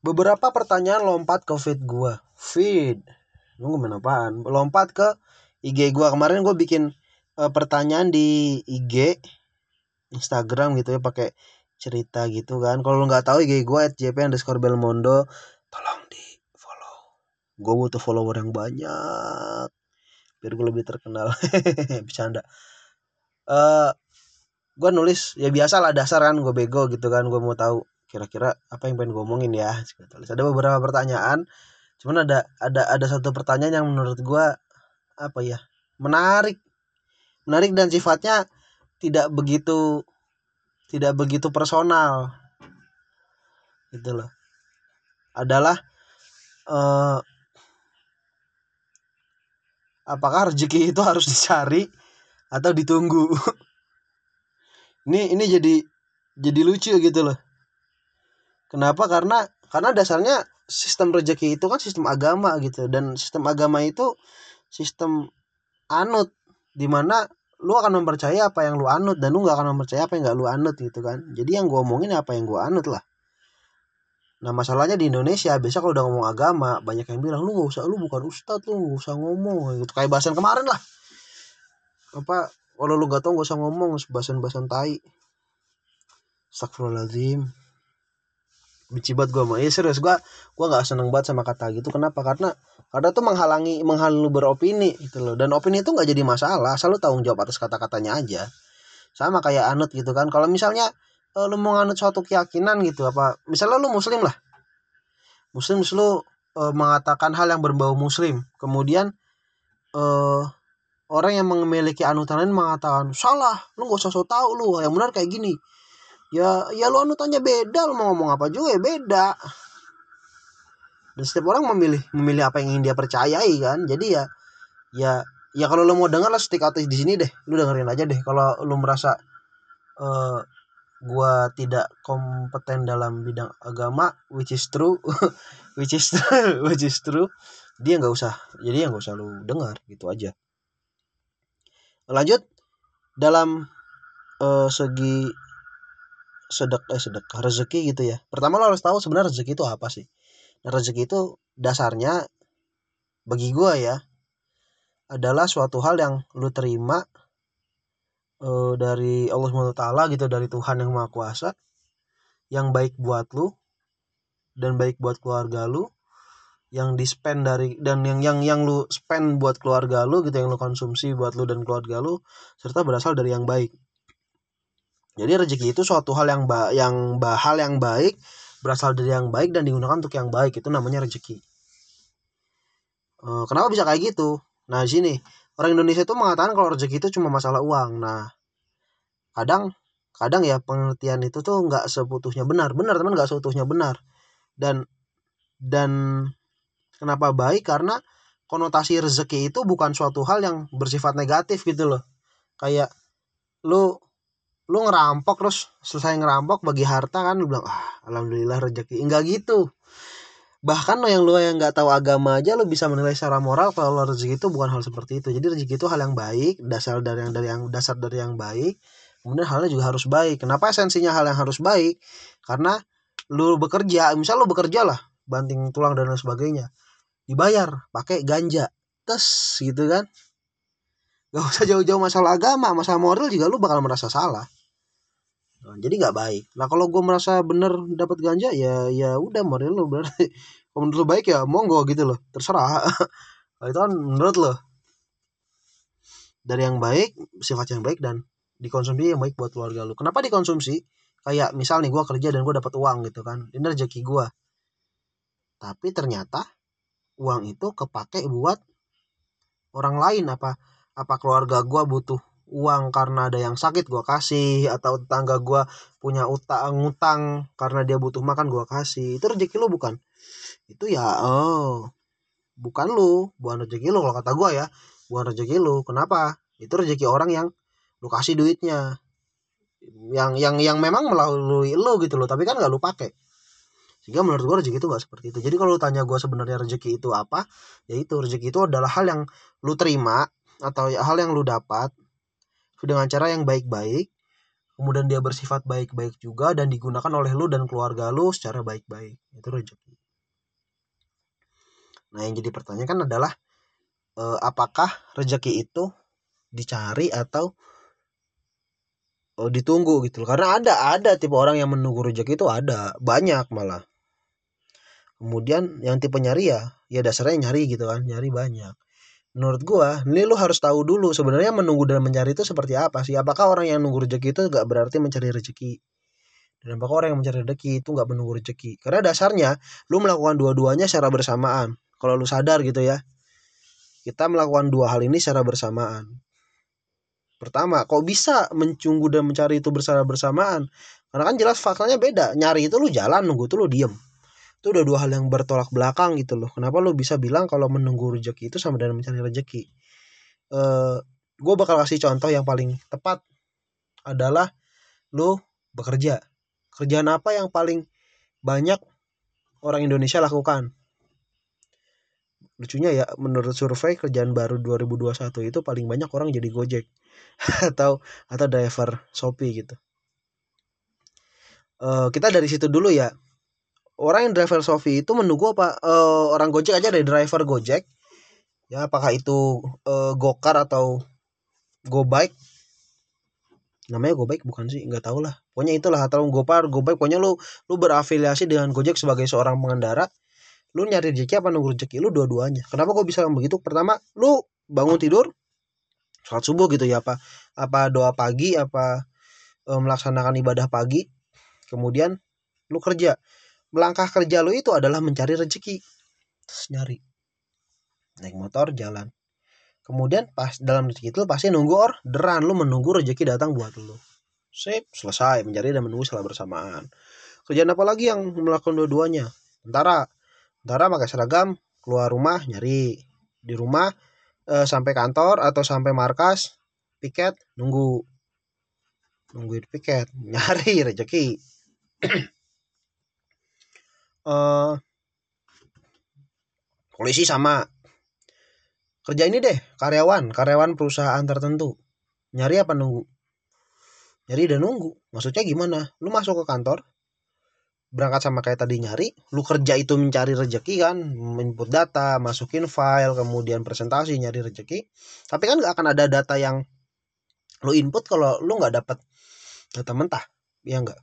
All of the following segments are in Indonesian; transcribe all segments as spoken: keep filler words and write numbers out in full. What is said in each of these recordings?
Beberapa pertanyaan lompat ke feed gua. Feed. Lu ngomongin apaan? Lompat ke I G gua. Kemarin gua bikin uh, pertanyaan di I G Instagram gitu ya, pakai cerita gitu kan. Kalau lu nggak tahu I G gua at j p underscore belmondo, tolong di follow. Gua butuh follower yang banyak biar gue lebih terkenal. Bercanda. Eh uh, gue nulis ya biasa lah, dasar kan, gue bego gitu kan, gue mau tahu kira-kira apa yang pengen gue omongin ya. Tulis ada beberapa pertanyaan, cuman ada ada ada satu pertanyaan yang menurut gue apa ya, menarik menarik dan sifatnya tidak begitu tidak begitu personal gitu loh. Adalah uh, apakah rezeki itu harus dicari atau ditunggu? ini ini jadi jadi lucu gitu loh. Kenapa? Karena karena dasarnya sistem rezeki itu kan sistem agama gitu, dan sistem agama itu sistem anut, dimana lu akan mempercayai apa yang lu anut dan lu nggak akan mempercayai apa yang nggak lu anut gitu kan. Jadi yang gue omongin apa yang gue anut lah. Nah masalahnya di Indonesia biasa kalau udah ngomong agama banyak yang bilang lu nggak usah, lu bukan ustadz, lu nggak usah ngomong gitu, kayak bahasan kemarin lah. Apa kalau lu nggak tahu nggak usah ngomong, bahasan-bahasan tai. Astagfirullahaladzim. Benci banget gue mah. Ya serius, gue gue nggak seneng banget sama kata gitu. Kenapa? Karena karena tuh menghalangi menghalangi lu beropini gitu loh. Dan opini itu nggak jadi masalah, asal lu tanggung jawab atas kata-katanya aja. Sama kayak anut gitu kan. Kalau misalnya uh, lu mau nganut suatu keyakinan gitu, apa misalnya lu muslim lah, muslim terus lu uh, mengatakan hal yang berbau muslim, kemudian uh, orang yang memiliki anutan lain mengatakan salah, lu nggak usah so tau, lu yang benar kayak gini. Ya ya lu anutannya beda, lu mau ngomong apa juga ya beda. Dan setiap orang memilih memilih apa yang ingin dia percayai kan. Jadi ya ya ya kalau lu mau denger lah, stick out di sini deh, lu dengerin aja deh. Kalau lu merasa uh, gua tidak kompeten dalam bidang agama, which is true, which is true, which is true, dia nggak usah, jadi ya nggak usah lu dengar gitu aja. Lanjut dalam uh, segi sedek eh sedekah rezeki gitu ya. Pertama lo harus tahu sebenarnya rezeki itu apa sih. Nah, rezeki itu dasarnya bagi gua ya adalah suatu hal yang lu terima uh, dari Allah subhanahu wa taala gitu, dari Tuhan yang Maha Kuasa, yang baik buat lu dan baik buat keluarga lu, yang di spend dari dan yang yang yang lu spend buat keluarga lu gitu, yang lu konsumsi buat lu dan keluarga lu, serta berasal dari yang baik. Jadi rezeki itu suatu hal yang ba- yang ba- hal yang baik, berasal dari yang baik dan digunakan untuk yang baik, itu namanya rezeki. E, kenapa bisa kayak gitu? Nah di sini orang Indonesia itu mengatakan kalau rezeki itu cuma masalah uang. Nah kadang kadang ya pengertian itu tuh nggak seutuhnya benar, benar teman, nggak seutuhnya benar. Dan dan kenapa baik? Karena konotasi rezeki itu bukan suatu hal yang bersifat negatif gitu loh. Kayak lu lu ngerampok terus selesai ngerampok bagi harta kan lu bilang ah alhamdulillah rezeki, enggak gitu. Bahkan lo yang lu yang nggak tahu agama aja lu bisa menilai secara moral kalau rezeki itu bukan hal seperti itu. Jadi rezeki itu hal yang baik, dasar dari yang dari yang dasar dari yang baik, kemudian halnya juga harus baik. Kenapa esensinya hal yang harus baik? Karena lu bekerja, misal lu bekerja lah, banting tulang dan lain sebagainya, dibayar pakai ganja tes gitu kan. Gak usah jauh-jauh masalah agama, masalah moral juga lu bakal merasa salah. Nah, jadi nggak baik. Nah kalau gue merasa bener dapat ganja ya ya udah, moral lu berarti. Kalau menurut lu baik ya monggo gitu loh, terserah. Kalau itu kan menurut lo dari yang baik, sifat yang baik, dan dikonsumsi yang baik buat keluarga lu. Kenapa dikonsumsi? Kayak misal nih gue kerja dan gue dapat uang gitu kan, ini rezeki gue. Tapi ternyata uang itu kepake buat orang lain. Apa apa keluarga gue butuh uang karena ada yang sakit gue kasih, atau tetangga gue punya utang ngutang karena dia butuh makan gue kasih, itu rezeki lu bukan? Itu ya oh bukan lu, bukan rezeki lu kalau kata gue ya, bukan rezeki lu. Kenapa? Itu rezeki orang yang lu kasih duitnya, yang yang yang memang melalui lu gitu loh, tapi kan nggak lu pakai. Sehingga menurut gue rezeki itu nggak seperti itu. Jadi kalau lu tanya gue sebenarnya rezeki itu apa, ya itu rezeki itu adalah hal yang lu terima atau hal yang lu dapat dengan cara yang baik-baik, kemudian dia bersifat baik-baik juga dan digunakan oleh lu dan keluarga lu secara baik-baik. Itu rezeki. Nah yang jadi pertanyaan kan adalah eh, apakah rezeki itu dicari atau oh, ditunggu gitu loh. Karena ada ada tipe orang yang menunggu rezeki itu ada banyak malah. Kemudian yang tipe nyari ya ya dasarnya nyari gitu kan, nyari banyak. Menurut gua, ini lu harus tahu dulu sebenarnya menunggu dan mencari itu seperti apa sih? Apakah orang yang nunggu rezeki itu gak berarti mencari rezeki? Dan apakah orang yang mencari rezeki itu gak menunggu rezeki? Karena dasarnya lu melakukan dua-duanya secara bersamaan. Kalau lu sadar gitu ya, kita melakukan dua hal ini secara bersamaan. Pertama, kok bisa mencunggu dan mencari itu bersama bersamaan? Karena kan jelas faktanya beda. Nyari itu lu jalan, nunggu itu lu diem. Itu udah dua hal yang bertolak belakang gitu loh. Kenapa lu bisa bilang kalau menunggu rezeki itu sama dengan mencari rezeki? Eh, gue bakal kasih contoh yang paling tepat adalah lu bekerja. Kerjaan apa yang paling banyak orang Indonesia lakukan? Lucunya ya, menurut survei kerjaan baru dua ribu dua puluh satu itu paling banyak orang jadi Gojek atau atau driver Shopee gitu. Uh, kita dari situ dulu ya. Orang yang driver Shopee itu menunggu apa? Uh, orang Gojek aja dari driver Gojek. Ya apakah itu uh, Gokar atau Gobike? Namanya Gobike bukan sih? Nggak tahu lah. Pokoknya itulah atau Gopar, Gobike. Pokoknya lu lu berafiliasi dengan Gojek sebagai seorang pengendara. Lu nyari rezeki apa nunggu rezeki? Lu dua-duanya. Kenapa gue bisa bilang begitu? Pertama, lu bangun tidur, sholat subuh gitu ya, apa apa doa pagi, apa e, melaksanakan ibadah pagi, kemudian lu kerja. Melangkah kerja lu itu adalah mencari rezeki. Terus nyari. Naik motor, jalan. Kemudian pas dalam rezeki itu pasti nunggu orderan. Lu menunggu rezeki datang buat lu. Sip, selesai. Mencari dan menunggu secara bersamaan. Kerjaan apa lagi yang melakukan dua-duanya? Tentara. Tentara pakai seragam, keluar rumah, nyari. Di rumah, e, sampai kantor atau sampai markas, piket, nunggu. Nungguin piket. Nyari rezeki. uh, polisi sama. Kerja ini deh, karyawan, karyawan perusahaan tertentu. Nyari apa nunggu? Nyari dan nunggu. Maksudnya gimana? Lu masuk ke kantor, berangkat sama kayak tadi nyari, lu kerja itu mencari rezeki kan, input data, masukin file, kemudian presentasi, nyari rezeki. Tapi kan gak akan ada data yang lu input kalau lu gak dapet data mentah. Iya gak?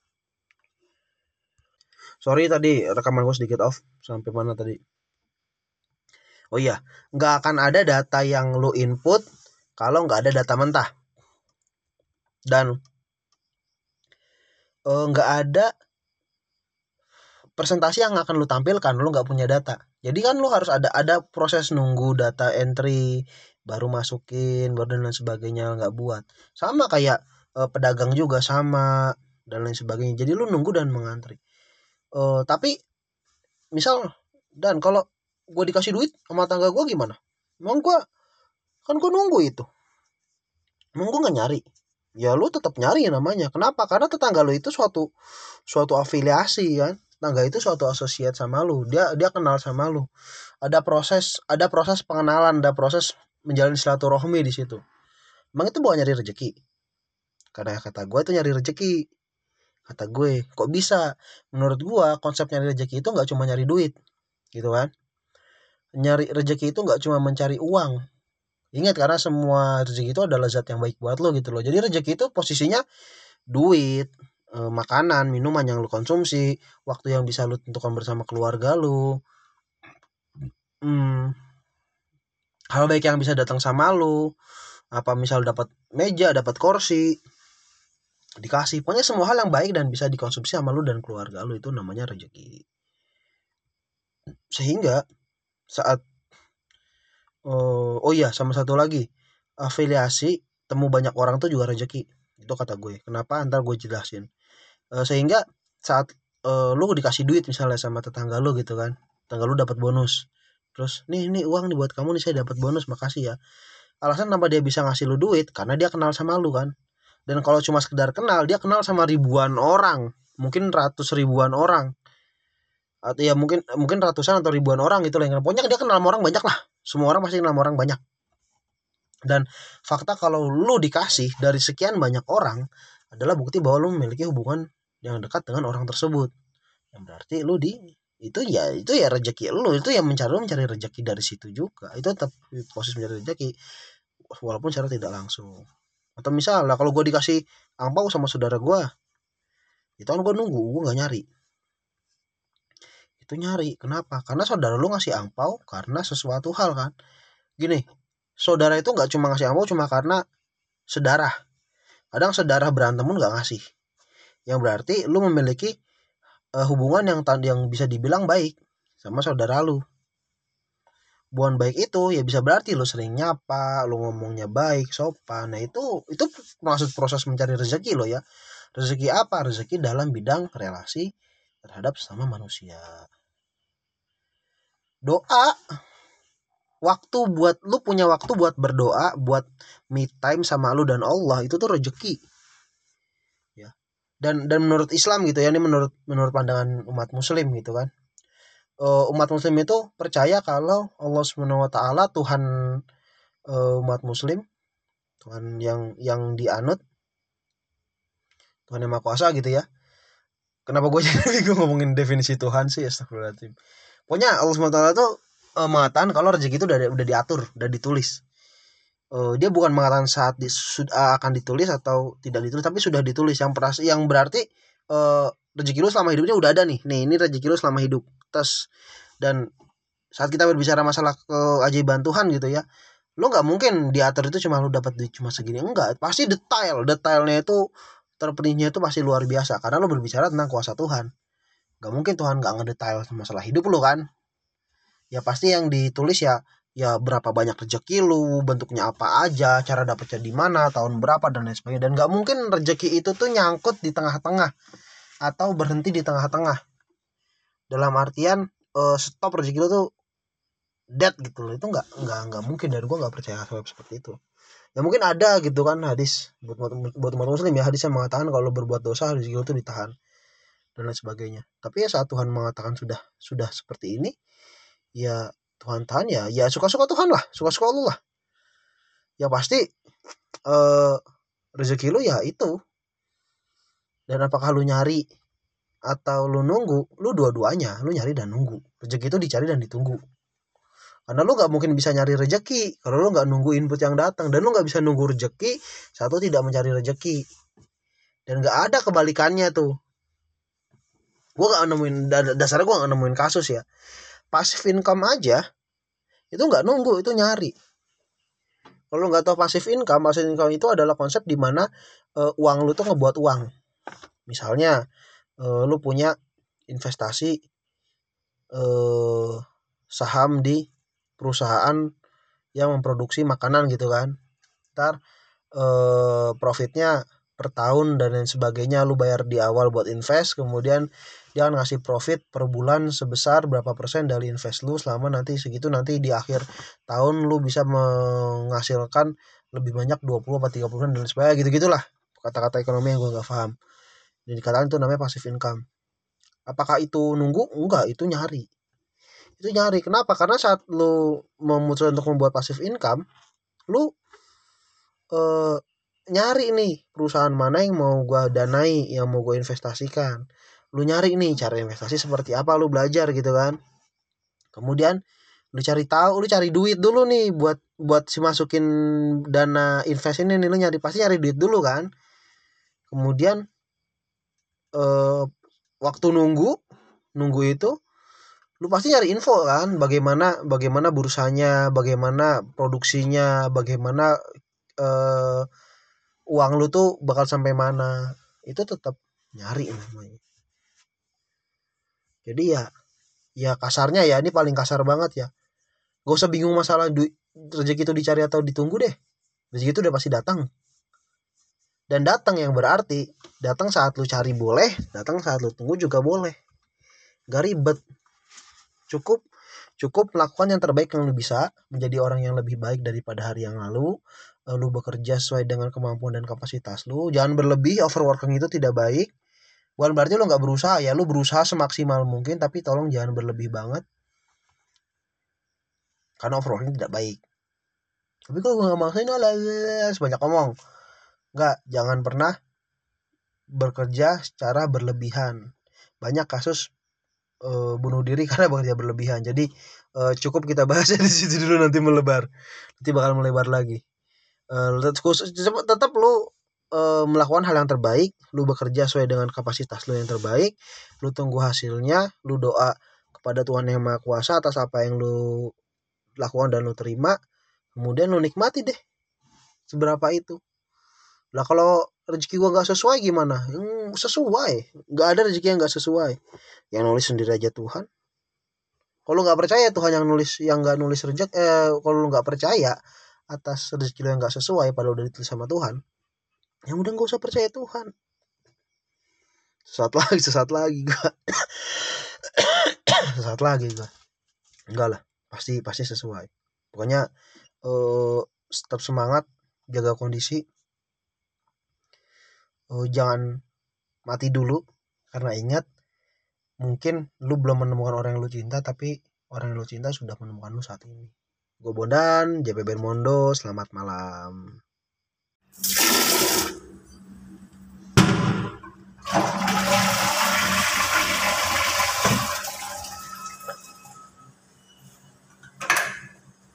Sorry tadi rekaman gue sedikit off. Sampai mana tadi? Oh iya, nggak akan ada data yang lu input kalau nggak ada data mentah. Dan uh, nggak ada presentasi yang akan lu tampilkan, lu nggak punya data. Jadi kan lu harus ada ada proses nunggu data entry, baru masukin, baru dan lain sebagainya, nggak buat. Sama kayak uh, pedagang juga sama dan lain sebagainya. Jadi lu nunggu dan mengantri. Uh, tapi misal dan kalau gue dikasih duit sama tangga gue gimana? Emang gue kan gue nunggu itu, emang gue nggak nyari. Ya lu tetap nyari namanya. Kenapa? Karena tetangga lu itu suatu suatu afiliasi kan. Tetangga itu suatu associate sama lu. Dia dia kenal sama lu. Ada proses ada proses pengenalan, ada proses menjalin silaturahmi di situ. Emang itu bukan nyari rezeki? Karena kata gue itu nyari rezeki. Kata gue, kok bisa? Menurut gue konsep nyari rezeki itu nggak cuma nyari duit, gitu kan? Nyari rezeki itu nggak cuma mencari uang. Ingat karena semua rezeki itu adalah zat yang baik buat lo gitu loh. Jadi rezeki itu posisinya duit, e, makanan, minuman yang lo konsumsi, waktu yang bisa lo tentukan bersama keluarga lo, hmm, hal baik yang bisa datang sama lo, apa misal dapat meja, dapat kursi, dikasih, pokoknya semua hal yang baik dan bisa dikonsumsi sama lo dan keluarga lo itu namanya rezeki. Sehingga saat Oh, oh iya, sama satu lagi. Afiliasi temu banyak orang tuh juga rezeki. Itu kata gue. Kenapa? Ntar gue jelasin. E, sehingga saat e, lu dikasih duit misalnya sama tetangga lu gitu kan. Tetangga lu dapat bonus. Terus, nih nih uang nih buat kamu nih, saya dapat bonus, makasih ya. Alasan kenapa dia bisa ngasih lu duit karena dia kenal sama lu kan. Dan kalau cuma sekedar kenal, dia kenal sama ribuan orang, mungkin ratus ribuan orang. Atau ya mungkin mungkin ratusan atau ribuan orang gitu lah. Pokoknya dia kenal sama orang banyak lah. Semua orang pasti kenal sama orang banyak. Dan fakta kalau lu dikasih dari sekian banyak orang adalah bukti bahwa lu memiliki hubungan yang dekat dengan orang tersebut. Yang berarti lu di itu ya itu ya rezeki lu, itu yang mencari lu mencari rezeki dari situ juga, itu tetap proses mencari rezeki walaupun secara tidak langsung. Atau misalnya kalau gue dikasih angpau sama saudara gue, itu kan gue nunggu, gue nggak nyari. Itu nyari, kenapa? Karena saudara lu ngasih angpau karena sesuatu hal kan. Gini, saudara itu nggak cuma ngasih angpau cuma karena sedarah. Kadang sedarah berantem pun nggak ngasih. Yang berarti lu memiliki uh, hubungan yang yang bisa dibilang baik sama saudara lu. Hubungan baik itu ya bisa berarti lu sering nyapa, lu ngomongnya baik, sopan. Nah itu itu maksud proses mencari rezeki lo ya. Rezeki apa? Rezeki dalam bidang relasi terhadap sesama manusia. Doa, waktu buat lu punya waktu buat berdoa, buat me time sama lu dan Allah, itu tuh rezeki. Ya. Dan dan menurut Islam gitu ya, ini menurut menurut pandangan umat muslim gitu kan. Uh, umat muslim itu percaya kalau Allah Subhanahu wa taala Tuhan uh, umat muslim, Tuhan yang yang dianut, Tuhan yang Maha Kuasa gitu ya. Kenapa gue jadi bingung ngomongin definisi Tuhan sih, astagfirullahaladzim. Pokoknya Allah Subhanahu wa taala tuh uh, mengatakan kalau rezeki itu udah udah diatur, udah ditulis. Uh, dia bukan mengatakan saat di, sudah akan ditulis atau tidak ditulis, tapi sudah ditulis, yang peras, yang berarti uh, rezeki lu selama hidupnya udah ada nih. Nih, ini rezeki lu selama hidup. Terus dan saat kita berbicara masalah keajaiban Tuhan gitu ya, lu nggak mungkin diatur itu cuma lu dapat duit cuma segini, enggak, pasti detail, detailnya itu terperinci itu pasti luar biasa karena lu berbicara tentang kuasa Tuhan. Gak mungkin Tuhan gak ngedetail masalah hidup lu kan. Ya pasti yang ditulis ya ya berapa banyak rezeki lu, bentuknya apa aja, cara dapetnya di mana, tahun berapa dan lain sebagainya. Dan gak mungkin rezeki itu tuh nyangkut di tengah-tengah atau berhenti di tengah-tengah. Dalam artian uh, stop rezeki lu tuh dead gitu loh. Itu nggak nggak nggak mungkin, dan gue nggak percaya hal seperti itu. Ya mungkin ada gitu kan hadis buat buat umat muslim ya, hadis yang mengatakan kalau berbuat dosa rezeki lu tuh ditahan dan lain sebagainya. Tapi ya saat Tuhan mengatakan sudah sudah seperti ini, ya Tuhan tahan ya, ya suka-suka Tuhan lah, suka-suka lu lah. Ya pasti eh, rezeki lu ya itu. Dan apakah lu nyari atau lu nunggu, lu dua-duanya, lu nyari dan nunggu. Rezeki itu dicari dan ditunggu. Karena lu gak mungkin bisa nyari rezeki kalau lu gak nunggu input yang datang. Dan lu gak bisa nunggu rezeki saat lu tidak mencari rezeki. Dan gak ada kebalikannya tuh. Gue gak nemuin, dasarnya gue gak nemuin kasus ya. Passive income aja itu gak nunggu, itu nyari. Kalau gak tahu passive income, passive income itu adalah konsep dimana uh, uang lu tuh ngebuat uang. Misalnya uh, lu punya investasi uh, saham di perusahaan yang memproduksi makanan gitu kan. Ntar eh, profitnya per tahun dan lain sebagainya, lu bayar di awal buat invest, kemudian dia akan ngasih profit per bulan sebesar berapa persen dari invest lu selama nanti segitu, nanti di akhir tahun lu bisa menghasilkan lebih banyak dua puluh atau tiga puluh persen dan sebagainya gitu-gitulah. Kata-kata ekonomi yang gue gak paham. Jadi dikatakan itu namanya passive income. Apakah itu nunggu? Enggak, itu nyari. Itu nyari. Kenapa? Karena saat lu memutuskan untuk membuat passive income, lu eh, nyari nih perusahaan mana yang mau gue danai, yang mau gue investasikan. Lu nyari nih cara investasi seperti apa, lu belajar gitu kan. Kemudian lu cari tahu, lu cari duit dulu nih buat buat si masukin dana invest ini nih, lu nyari pasti nyari duit dulu kan. Kemudian eh, waktu nunggu nunggu itu lu pasti nyari info kan, bagaimana bagaimana bursanya, bagaimana produksinya, bagaimana eh, uang lu tuh bakal sampai mana. Itu tetap nyari namanya. Jadi ya ya kasarnya ya, ini paling kasar banget ya, gak usah bingung masalah duit, rezeki itu dicari atau ditunggu deh. Rezeki itu udah pasti datang. Dan datang yang berarti datang saat lu cari boleh, datang saat lu tunggu juga boleh. Gak ribet. Cukup cukup lakukan yang terbaik yang lu bisa, menjadi orang yang lebih baik daripada hari yang lalu. Lu bekerja sesuai dengan kemampuan dan kapasitas lu. Jangan berlebih, overworking itu tidak baik. Bukan berarti lu gak berusaha ya, lu berusaha semaksimal mungkin, tapi tolong jangan berlebih banget. Karena overworking tidak baik. Tapi kalau gue gak maksain, sebanyak ngomong. Enggak, jangan pernah bekerja secara berlebihan. Banyak kasus uh, bunuh diri karena bekerja berlebihan. Jadi uh, cukup kita bahas di situ dulu, nanti melebar, nanti bakal melebar lagi. Uh, tetap lu uh, melakukan hal yang terbaik, lu bekerja sesuai dengan kapasitas lu yang terbaik, lu tunggu hasilnya, lu doa kepada Tuhan Yang Maha Kuasa atas apa yang lu lakukan dan lu terima, kemudian lu nikmati deh seberapa itu. Lah kalau rezeki gua nggak sesuai gimana? Hmm, sesuai, nggak ada rezeki yang nggak sesuai, yang nulis sendiri aja Tuhan. Kalau nggak percaya Tuhan yang nulis, yang nggak nulis rezeki, eh kalau lu nggak percaya atas rezeki lu yang nggak sesuai padahal udah ditulis sama Tuhan, yang udah nggak usah percaya Tuhan. Sesat lagi, sesat lagi gua. Sesat lagi gua. Enggak lah, pasti pasti sesuai. Pokoknya eh, tetap semangat, jaga kondisi, eh, jangan mati dulu, karena ingat mungkin lu belum menemukan orang yang lu cinta, tapi orang yang lu cinta sudah menemukan lu saat ini. Gue Bondan, J P Ben Mondo, selamat malam.